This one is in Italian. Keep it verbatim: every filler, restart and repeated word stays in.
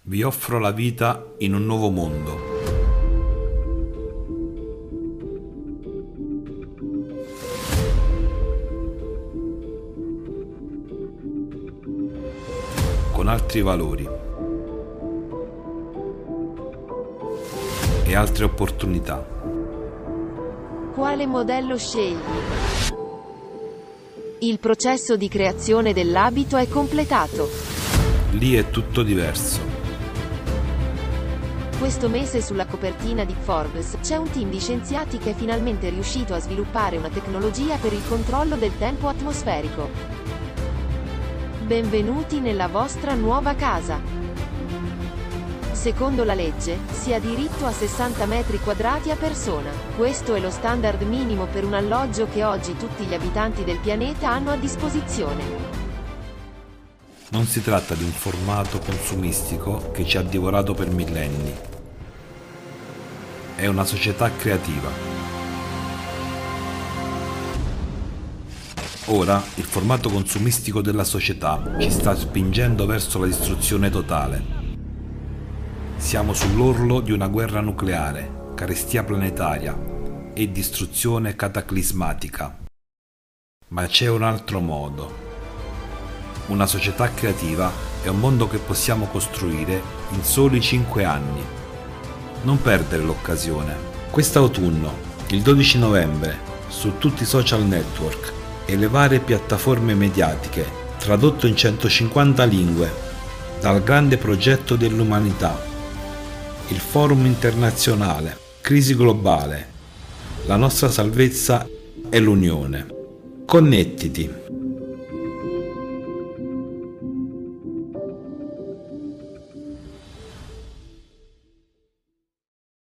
Vi offro la vita in un nuovo mondo. Con altri valori e altre opportunità. Quale modello scegli? Il processo di creazione dell'abito è completato. Lì è tutto diverso. Questo mese sulla copertina di Forbes c'è un team di scienziati che è finalmente riuscito a sviluppare una tecnologia per il controllo del tempo atmosferico. Benvenuti nella vostra nuova casa. Secondo la legge, si ha diritto a sessanta metri quadrati a persona. Questo è lo standard minimo per un alloggio che oggi tutti gli abitanti del pianeta hanno a disposizione. Non si tratta di un formato consumistico che ci ha divorato per millenni. È una società creativa. Ora il formato consumistico della società ci sta spingendo verso la distruzione totale. Siamo sull'orlo di una guerra nucleare, carestia planetaria e distruzione cataclismatica. Ma c'è un altro modo. Una società creativa è un mondo che possiamo costruire in soli cinque anni. Non perdere l'occasione. Quest'autunno, il dodici novembre, su tutti i social network e le varie piattaforme mediatiche, tradotto in centocinquanta lingue, dal grande progetto dell'umanità, il forum internazionale, crisi globale, la nostra salvezza è l'unione. Connettiti.